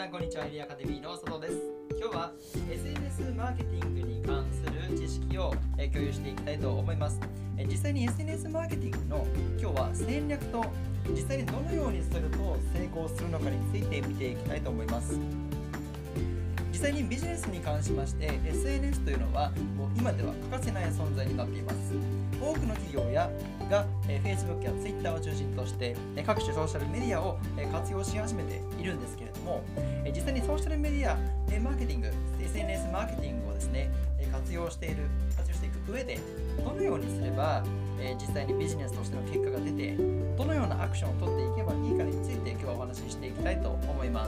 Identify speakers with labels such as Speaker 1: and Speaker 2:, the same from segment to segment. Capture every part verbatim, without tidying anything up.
Speaker 1: さんこんにちは。エリアアカデミーの佐藤です。今日は エスエヌエス マーケティングに関する知識を共有していきたいと思います。実際に エスエヌエス マーケティングの今日は戦略と実際にどのようにすると成功するのかについて見ていきたいと思います。実際にビジネスに関しまして エスエヌエス というのはもう今では欠かせない存在になっています。多くの企業やが Facebook や Twitter を中心として各種ソーシャルメディアを活用し始めているんですけれども、実際にソーシャルメディアマーケティング エスエヌエス マーケティングをですね活用している活用していく上でどのようにすれば実際にビジネスとしての結果が出てどのようなアクションを取っていけばいいかについて今日はお話ししていきたいと思います。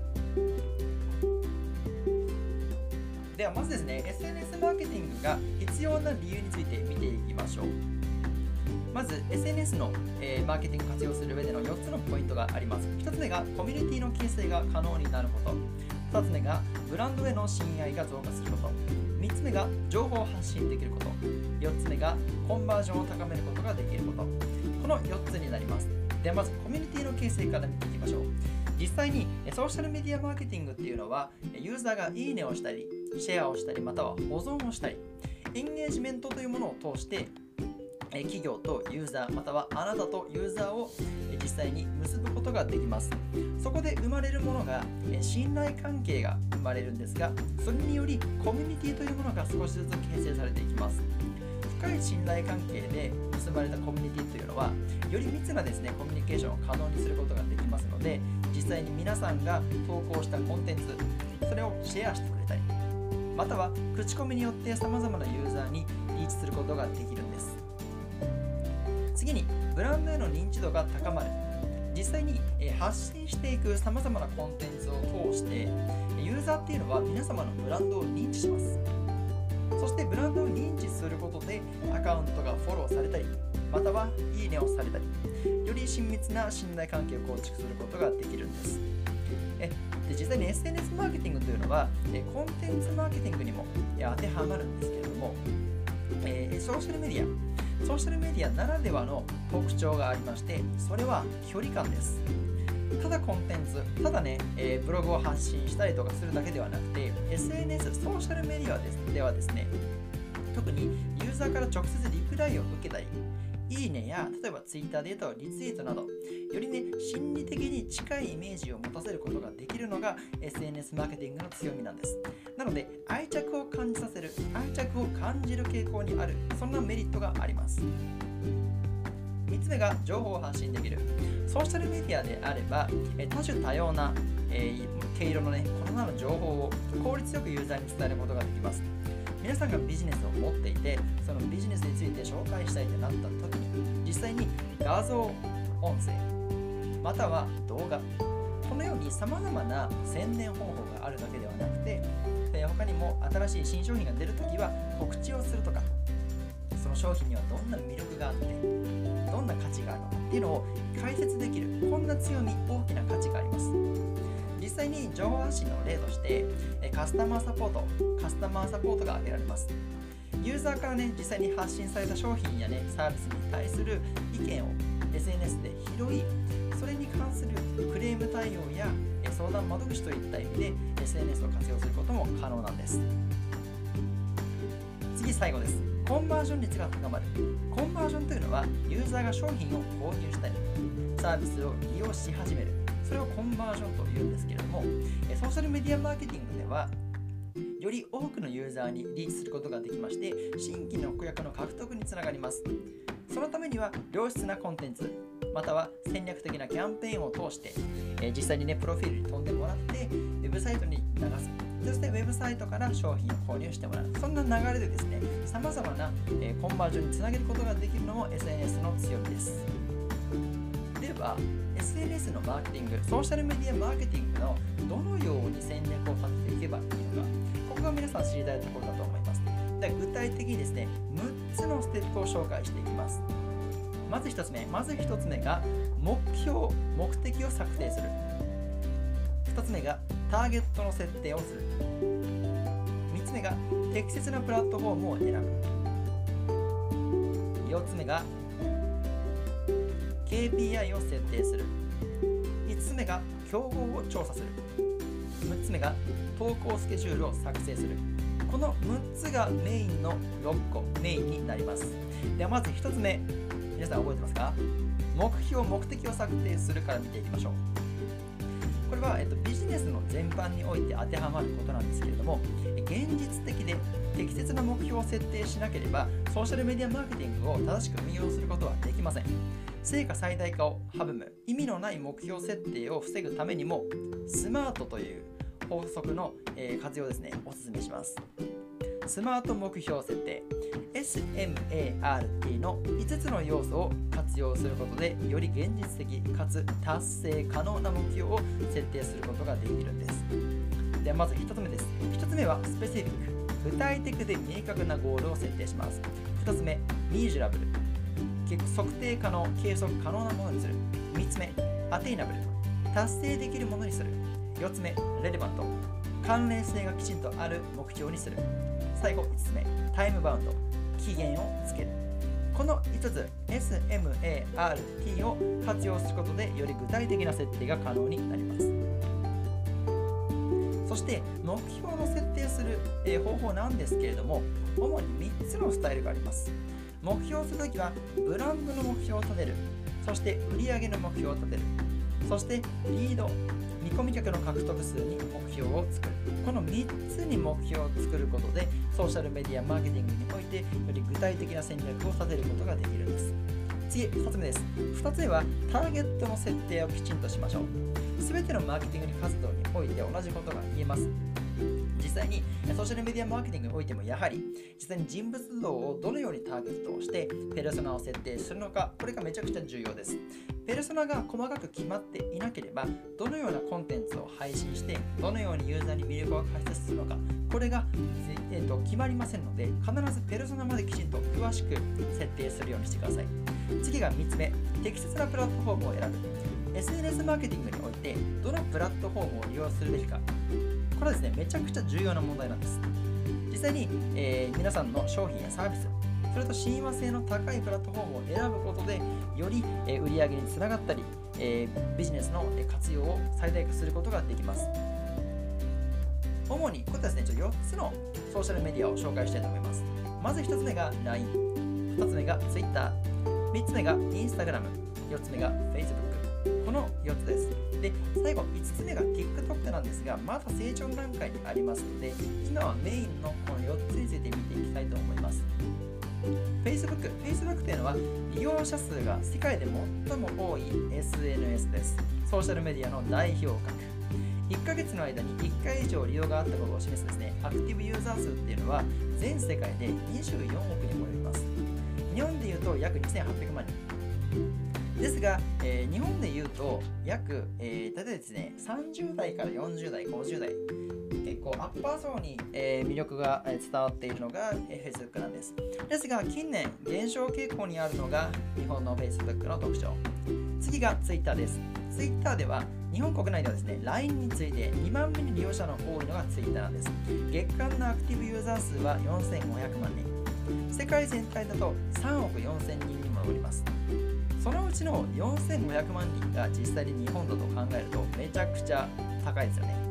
Speaker 1: ではまずですね エスエヌエス マーケティングが必要な理由について見ていきましょう。まず エスエヌエス の、えー、マーケティング活用する上でのよっつのポイントがあります。ひとつめがコミュニティの形成が可能になること、ふたつめがブランドへの信頼が増加すること、みっつめが情報を発信できること、よっつめがコンバージョンを高めることができること、このよっつになります。ではまずコミュニティの形成から見ていきましょう。実際にソーシャルメディアマーケティングっていうのはユーザーがいいねをしたりシェアをしたりまたは保存をしたりエンゲージメントというものを通して企業とユーザーまたはあなたとユーザーを実際に結ぶことができます。そこで生まれるものが信頼関係が生まれるんですが、それによりコミュニティというものが少しずつ形成されていきます。深い信頼関係で結ばれたコミュニティというのはより密なですねコミュニケーションを可能にすることができますので、実際に皆さんが投稿したコンテンツそれをシェアしてくれたりまたは口コミによってさまざまなユーザーにリーチすることができるんです。次にブランドへの認知度が高まる。実際に発信していくさまざまなコンテンツを通してユーザーっていうのは皆様のブランドを認知します。そしてブランドを認知することでアカウントがフォローされたりまたはいいねをされたりより親密な信頼関係を構築することができるんです。えで実際に エスエヌエス マーケティングというのはコンテンツマーケティングにも当てはまるんですけれども、えー、ソーシャルメディアソーシャルメディアならではの特徴がありまして、それは距離感です。ただコンテンツ、ただね、えー、ブログを発信したりとかするだけではなくて エスエヌエス、ソーシャルメディアですではですね、特にユーザーから直接リプライを受けたりいいねや例えばツイッターで言うとリツイートなどよりね心理的に近いイメージを持たせることができるのが エスエヌエス マーケティングの強みなんです。なので愛着を感じさせる愛着を感じる傾向にあるそんなメリットがあります。みっつめが情報を発信できる。ソーシャルメディアであれば多種多様な、えー、毛色のね異なる情報を効率よくユーザーに伝えることができます。皆さんがビジネスを持っていてそのビジネスについて紹介したいとなった時に実際に画像、音声または動画このようにさまざまな宣伝方法があるだけではなくて他にも新しい新商品が出るときは告知をするとかその商品にはどんな魅力があってどんな価値があるのかっていうのを解説できるこんな強み大きな価値があります。実際に情報発信の例としてカスタマーサポートカスタマーサポートが挙げられます。ユーザーからね実際に発信された商品やねサービスに対する意見を エスエヌエス で拾いそれに関するクレーム対応や相談窓口といった意味で エスエヌエス を活用することも可能なんです。次最後です。コンバージョン率が高まる。コンバージョンというのはユーザーが商品を購入したりサービスを利用し始めるそれをコンバージョンというんですけれどもソーシャルメディアマーケティングではより多くのユーザーにリーチすることができまして新規の顧客の獲得につながります。そのためには良質なコンテンツまたは戦略的なキャンペーンを通して、えー、実際にねプロフィールに飛んでもらってウェブサイトに流すそしてウェブサイトから商品を購入してもらうそんな流れでですねさまざまな、えー、コンバージョンにつなげることができるのも エスエヌエス の強みです。では エスエヌエス のマーケティングソーシャルメディアマーケティングのどのように戦略を立てていけばいいのかここが皆さん知りたいところだと思います。で具体的にですねむっつのステップを紹介していきます。まずひとつめまずひとつめが目標目的を策定する。ふたつめがターゲットの設定をする。みっつめが適切なプラットフォームを選ぶ。よっつめが ケーピーアイ を設定する。いつつめが競合を調査する。 むっつめが投稿スケジュールを作成する。このむっつがメインのろっこ、メインになります。ではまずひとつめ、皆さん覚えてますか？目標、目的を策定するから見ていきましょう。これは、えっと、ビジネスの全般において当てはまることなんですけれども、現実的で適切な目標を設定しなければソーシャルメディアマーケティングを正しく運用することはできません。成果最大化を阻む意味のない目標設定を防ぐためにもスマートという法則の、えー、活用ですね、お勧めします。スマート目標設定 エスエムエーアールティー のいつつの要素を活用することでより現実的かつ達成可能な目標を設定することができるんです。ではまずひとつめです。ひとつめはスペシフィック、具体的で明確なゴールを設定します。ふたつめ、ミージュラブル、測定可能、計測可能なものにする。みっつめ、アテイナブル、達成できるものにする。よっつめ、レレバント、関連性がきちんとある目標にする。最後いつつめ、タイムバウンド、期限をつける。このいつつ エスエムエーアールティー を活用することでより具体的な設定が可能になります。そして目標の設定する、えー、方法なんですけれども、主にみっつのスタイルがあります。目標をするときはブランドの目標を立てる、そして売上の目標を立てる、そしてリード、見込み客の獲得数に目標を作る。このみっつに目標を作ることでソーシャルメディアマーケティングにおいてより具体的な戦略を立てることができるんです。次、ふたつめです。ふたつめはターゲットの設定をきちんとしましょう。すべてのマーケティング活動において同じことが言えます。実際にソーシャルメディアマーケティングにおいてもやはり実際に人物像をどのようにターゲットをしてペルソナを設定するのか、これがめちゃくちゃ重要です。ペルソナが細かく決まっていなければどのようなコンテンツを配信してどのようにユーザーに魅力を解説するのか、これが、えー、と決まりませんので、必ずペルソナまできちんと詳しく設定するようにしてください。次がみっつめ、適切なプラットフォームを選ぶ。 エスエヌエス マーケティングにおいてどのプラットフォームを利用するべきか、これはですね、めちゃくちゃ重要な問題なんです。実際に、えー、皆さんの商品やサービス、それと親和性の高いプラットフォームを選ぶことでより、えー、売上につながったり、えー、ビジネスの活用を最大化することができます。主にこういったですね、ちょっとよっつのソーシャルメディアを紹介したいと思います。まずひとつめが ライン、ふたつめが Twitter、みっつめが Instagram、よっつめが Facebook、このよっつです。で、最後いつつめが TikTok なんですが、まだ成長段階にありますので、今はメインのこのよっつについて見ていきたいと思います。Facebook、Facebook というのは利用者数が世界で最も多い エスエヌエス です。ソーシャルメディアの代表格。いっかげつの間にいっかい以上利用があったことを示すですね、アクティブユーザー数っていうのは全世界でにじゅうよんおくにも及びます。日本でいうと約にせんはっぴゃくまんにん。ですが、えー、日本でいうと約、えー、例えばですね、さんじゅうだいからよんじゅうだい、ごじゅうだい、結構アッパー層に、えー、魅力が伝わっているのが、えー、Facebook なんです。ですが、近年減少傾向にあるのが日本の Facebook の特徴。次が Twitter です。Twitter では日本国内ではですね、ライン に次いでにばんめに利用者の多いのが Twitter なんです。月間のアクティブユーザー数はよんせんごひゃくまんにん。世界全体だとさんおくよんせんにんにも上ります。そのうちのよんせんごひゃくまんにんが実際に日本だと考えるとめちゃくちゃ高いですよね。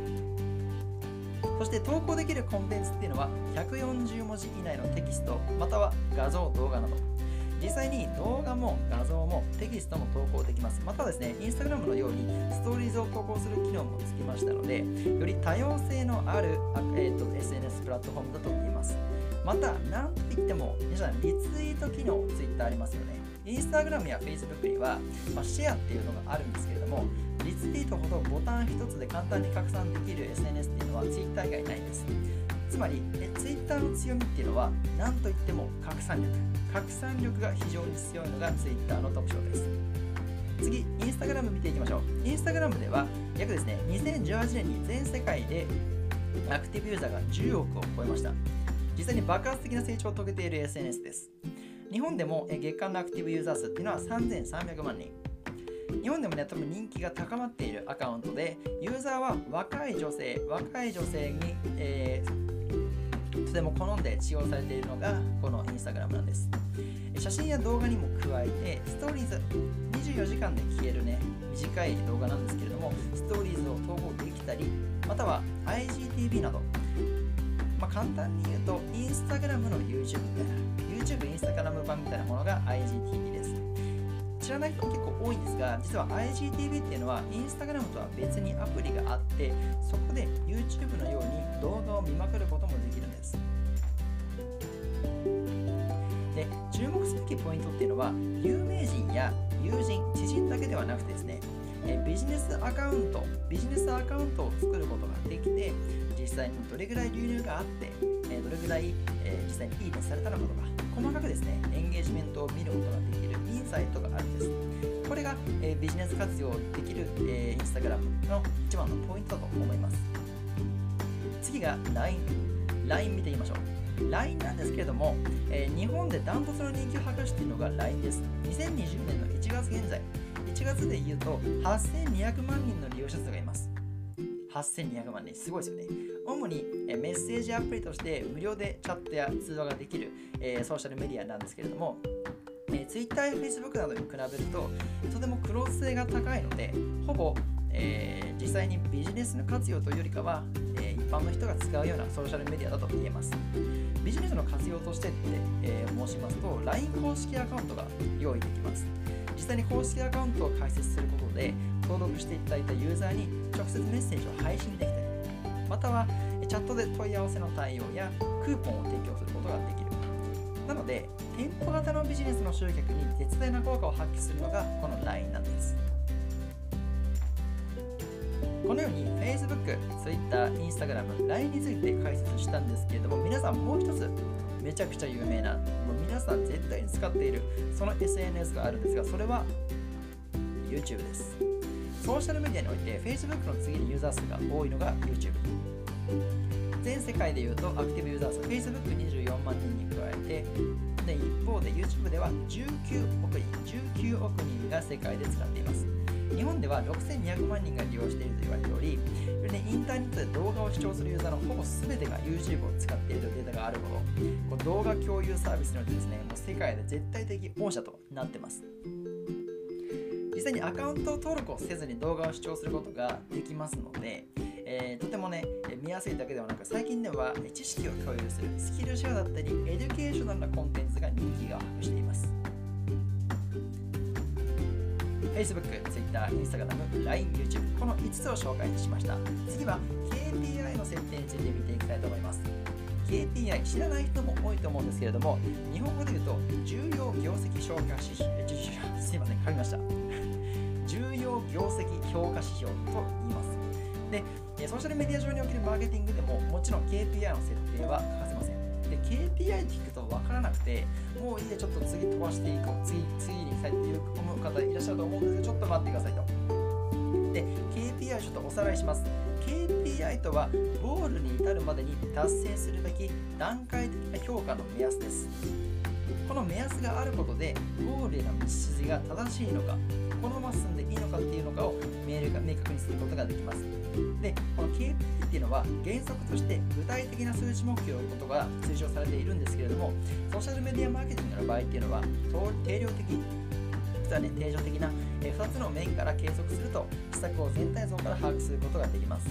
Speaker 1: そして投稿できるコンテンツっていうのはひゃくよんじゅうもじ以内のテキストまたは画像、動画など。実際に動画も画像もテキストも投稿できます。またですね、インスタグラムのようにストーリーズを投稿する機能もつきましたので、より多様性のある、えー、と エスエヌエス プラットフォームだと言えます。また、なんといっても、皆さんリツイート機能、Twitter ありますよね。インスタグラムや Facebook には、まあ、シェアっていうのがあるんですけれども、リツイートほどボタン一つで簡単に拡散できる エスエヌエス っていうのは Twitter 以外ないんです。つまり、Twitter の強みっていうのは、なんといっても拡散力。拡散力が非常に強いのが Twitter の特徴です。次、インスタグラム見ていきましょう。インスタグラムでは、約ですね、にせんじゅうはちねんに全世界でアクティブユーザーがじゅうおくを超えました。実際に爆発的な成長を遂げている エスエヌエス です。日本でも月間のアクティブユーザー数っていうのはさんぜんさんびゃくまんにん。日本でもね、多分人気が高まっているアカウントで、ユーザーは若い女性、若い女性に、えー、とても好んで使用されているのがこのインスタグラムなんです。写真や動画にも加えて、ストーリーズにじゅうよじかんで消えるね短い動画なんですけれども、ストーリーズを投稿できたり、または アイジーティービー など、まあ、簡単に言うとインスタグラムの YouTube みたいな YouTube インスタグラム版みたいなものが アイジーティービー です。知らない人も結構多いんですが、実は アイジーティービー っていうのはインスタグラムとは別にアプリがあって、そこで YouTube のように動画を見まくることもできるんです。で、注目すべきポイントっていうのは、有名人や友人、知人だけではなくてですね、えビジネスアカウント、ビジネスアカウントを作ることができて、実際にどれぐらい流入があって、えどれぐらい、え実際にいいねされたのかとか、細かくですね、エンゲージメントを見ることができるインサイトがあるんです。これが、えビジネス活用できる、えインスタグラムの一番のポイントだと思います。次が ライン。ライン 見てみましょう。ライン なんですけれども、えー、日本でダントツの人気を博しているのが ライン です。にせんにじゅうねんのいちがつ現在、いちがつで言うとはっせんにひゃくまんにんの利用者数がいます。はっせんにひゃくまんにん、すごいですよね。主に、えー、メッセージアプリとして無料でチャットや通話ができる、えー、ソーシャルメディアなんですけれども、えー、Twitter や Facebook などに比べるととてもクロス性が高いので、ほぼ、えー、実際にビジネスの活用というよりかは、えー、一般の人が使うようなソーシャルメディアだと言えます。ビジネスの活用としてって、えー、申しますと ライン 公式アカウントが用意できます。実際に公式アカウントを開設することで登録していただいたユーザーに直接メッセージを配信できたり、またはチャットで問い合わせの対応やクーポンを提供することができる。なので店舗型のビジネスの集客に絶大な効果を発揮するのがこの ライン なんです。このように Facebook、Twitter、Instagram、ライン について解説したんですけれども、皆さんもう一つめちゃくちゃ有名な、もう皆さん絶対に使っているその エスエヌエス があるんですが、それは YouTube です。ソーシャルメディアにおいて Facebook の次にユーザー数が多いのが YouTube。全世界でいうとアクティブユーザー数 Facebook にじゅうよんまんにんに加えて、で一方で YouTube ではじゅうきゅうおくにん、じゅうきゅうおくにんが世界で使っています。日本ではろくせんにひゃくまんにんが利用していると言われており、インターネットで動画を視聴するユーザーのほぼ全てが YouTube を使っているデータがあるほど、こう動画共有サービスによってですね、もう世界で絶対的王者となっています。実際にアカウント登録をせずに動画を視聴することができますので、えー、とてもね、見やすいだけではなく、最近では知識を共有するスキルシェアだったり、エデュケーショナルなコンテンツが人気が博しています。Facebook、Twitter、Instagram、ライン、YouTube、このいつつを紹介しました。次は ケーピーアイ の設定について見ていきたいと思います。ケーピーアイ 知らない人も多いと思うんですけれども、日本語で言うと重要業績評価指標、すいません、噛みました。重要業績評価指標と言います。で、ソーシャルメディア上におけるマーケティングでももちろん ケーピーアイ の設定は欠かせません。で、ケーピーアイ って聞くと分からなくて、もういいでちょっと次飛ばしていこう、次、次に行きたいっていう思う方いらっしゃると思うんですけど、ちょっと待ってくださいと。で、ケーピーアイ ちょっとおさらいします。ケーピーアイ とはゴールに至るまでに達成するべき段階的な評価の目安です。この目安があることでゴールへの道筋が正しいのか、このまま進んでいいのかっていうのかを明確にすることができます。で、この ケーピーアイ っていうのは原則として具体的な数値目標のことが推奨されているんですけれども、ソーシャルメディアマーケティングの場合っていうのは定量的、実はね、定常的なふたつの面から計測すると施策を全体像から把握することができます。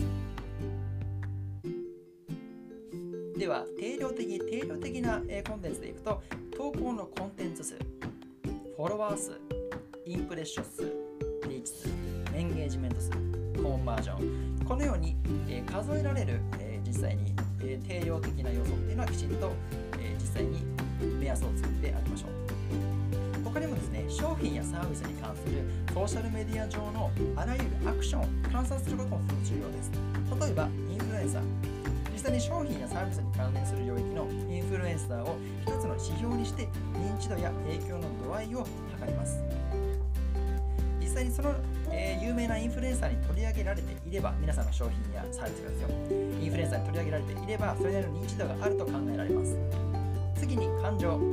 Speaker 1: では、定量的、定量的なコンテンツでいくと、投稿のコンテンツ数、フォロワー数、インプレッション数、リーチ数、エンゲージメント数、コンバージョン、このように、えー、数えられる、えー、実際に、えー、定量的な要素っていうのはきちんと、えー、実際に目安を作ってあげましょう。他にもですね、商品やサービスに関するソーシャルメディア上のあらゆるアクションを観察することもとても重要です。例えば、インフルエンサー。実際に商品やサービスに関連する領域のインフルエンサーを一つの指標にして認知度や影響の度合いを測ります。実際にその、えー、有名なインフルエンサーに取り上げられていれば、皆さんの商品やサービスがですよ、インフルエンサーに取り上げられていれば、それなりの認知度があると考えられます。次に感情。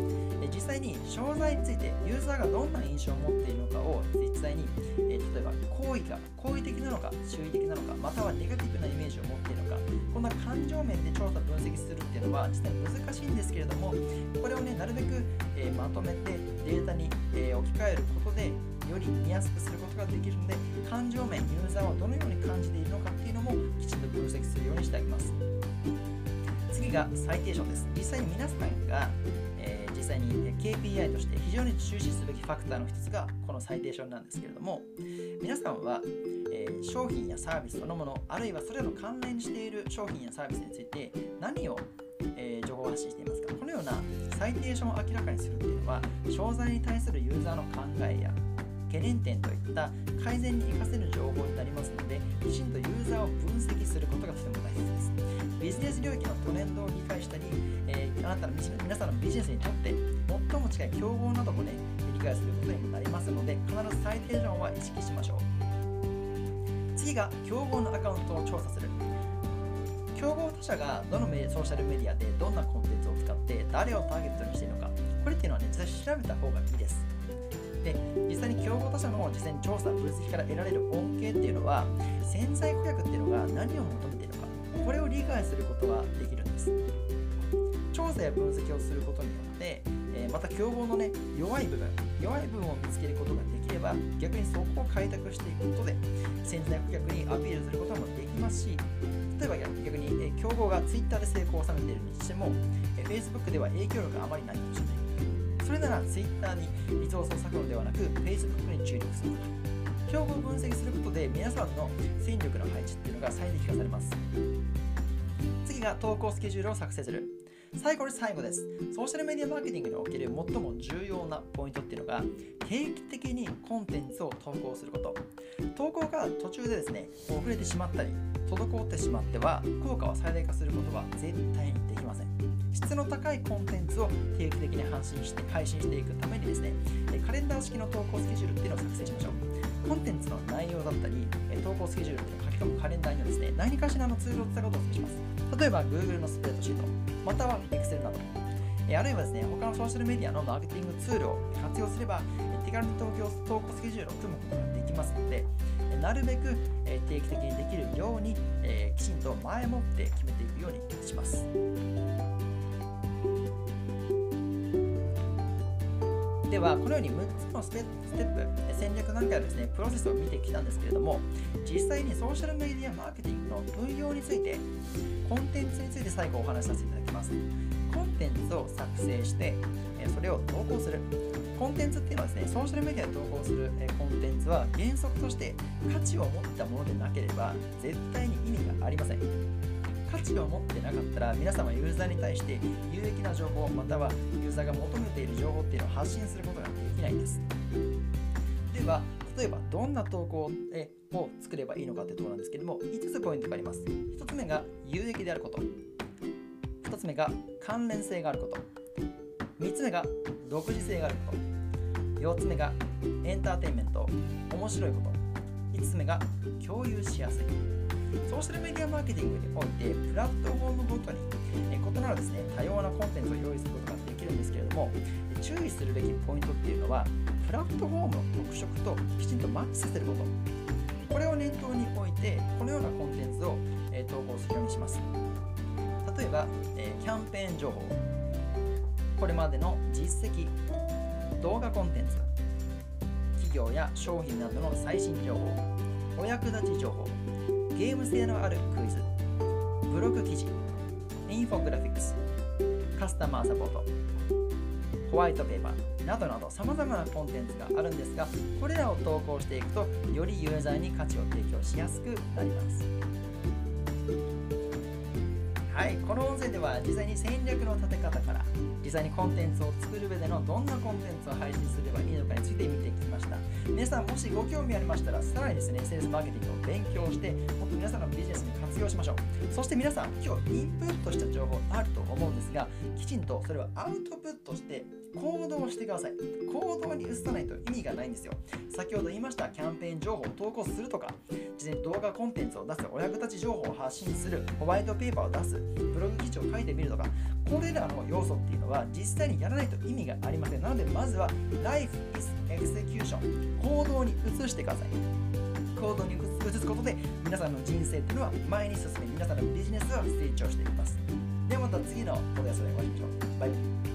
Speaker 1: で実際に商材についてユーザーがどんな印象を持っているのかを実際に、えー、例えば好意が好意的なのか注意的なのか、またはネガティブなイメージを持っているのか、こんな感情面で調査分析するっていうのは実際難しいんですけれども、これをねなるべく、えー、まとめてデータに、えー、置き換えることでより見やすくすることができるので、感情面、ユーザーはどのように感じているのかっていうのもきちんと分析するようにしてあげます。次がサイテーションです。実際に皆さんが、えー、実際に ケーピーアイ として非常に注視すべきファクターの一つがこのサイテーションなんですけれども、皆さんは、えー、商品やサービスそのもの、あるいはそれらの関連している商品やサービスについて何を、えー、情報発信していますか。このようなサイテーションを明らかにするっていうのは、商材に対するユーザーの考えや懸念点といった改善に活かせる情報になりますので、きちんとユーザーを分析することがとても大切です。ビジネス領域のトレンドを理解したり、えー、あなたの皆さんのビジネスにとって最も近い競合などもね理解することにもなりますので、必ずサイテーションは意識しましょう。次が競合のアカウントを調査する。競合他社がどのメソーシャルメディアでどんなコンテンツを使って誰をターゲットにしているのか、これっていうのはね実際調べた方がいいです。で実際に競合他社の実際に調査分析から得られる恩恵っていうのは、潜在顧客っていうのが何を求めているのか、これを理解することができるんです。調査や分析をすることによって、えー、また競合のね弱い部分弱い部分を見つけることができれば、逆にそこを開拓していくことで潜在顧客にアピールすることもできますし、例えば逆に、えー、競合が Twitter で成功を収めているにしても、えー、Facebook では影響力があまりないかもしれない。それなら Twitter にリソースを割くのではなく Facebook に注力するとか、競合を分析することで皆さんの戦力の配置っていうのが最適化されます。次が投稿スケジュールを作成する。最後で最後です。ソーシャルメディアマーケティングにおける最も重要なポイントっていうのが、定期的にコンテンツを投稿すること。投稿が途中でですね遅れてしまったり滞ってしまっては効果を最大化することは絶対にできません。質の高いコンテンツを定期的に配信して配信していくためにですね、カレンダー式の投稿スケジュールっていうのを作成しましょう。コンテンツの内容だったり投稿スケジュールっていうのを書き込むカレンダーにはですね、何かしらのツールを使うことをお勧めします。例えば Google のスプレッドシート、または Excel など、あるいはですね他のソーシャルメディアのマーケティングツールを活用すれば手軽に投稿スケジュールを組むことができますので、なるべく定期的にできるようにきちんと前もって決めていくようにします。ではこのようにむっつのステップ戦略段階のですねプロセスを見てきたんですけれども、実際にソーシャルメディアマーケティングの運用について、コンテンツについて最後お話しさせていただきます。コンテンツを作成してそれを投稿する。コンテンツっていうのはですね、ソーシャルメディアで投稿するコンテンツは原則として価値を持ったものでなければ絶対に意味がありません。価値を持ってなかったら皆様ユーザーに対して有益な情報、またはユーザーが求めている情報っていうのを発信することができないんです。では例えばどんな投稿を作ればいいのかというところなんですけれども、いつつポイントがあります。ひとつめが有益であること、ふたつめが関連性があること、みっつめが独自性があること、よっつめがエンターテインメント、面白いこと、いつつめが共有しやすい。ソーシャルメディアマーケティングにおいてプラットフォームごとに異なるですね多様なコンテンツを用意することができるんですけれども、注意するべきポイントっていうのはプラットフォームの特色ときちんとマッチさせること、これを念頭に置いてこのようなコンテンツを投稿するようにします。例えばキャンペーン情報、これまでの実績、動画コンテンツ、企業や商品などの最新情報、お役立ち情報、ゲーム性のあるクイズ、ブログ記事、インフォグラフィックス、カスタマーサポート、ホワイトペーパーなどなど様々なコンテンツがあるんですが、これらを投稿していくとよりユーザーに価値を提供しやすくなります。はい、この音声では実際に戦略の立て方から実際にコンテンツを作る上でのどんなコンテンツを配信すればいいのかについて見てきました。皆さんもしご興味ありましたらさらにですね エスエヌエス マーケティングを勉強してもっと皆さんのビジネスに活用しましょう。そして皆さん今日インプットした情報あると思うんですが、きちんとそれをアウトプットして行動してください。行動に移さないと意味がないんですよ。先ほど言いましたキャンペーン情報を投稿するとか、実際に動画コンテンツを出す、お役立ち情報を発信する、ホワイトペーパーを出す、 ブログ記事を書いてみるとか、これらの要素っていうのは実際にやらないと意味がありません。なのでまずは Life is Execution、 行動に移してください。行動に移すことで皆さんの人生っていうのは前に進み、皆さんのビジネスは成長していきます。ではまた次のポッドキャストでお会いしましょう。バイバイ。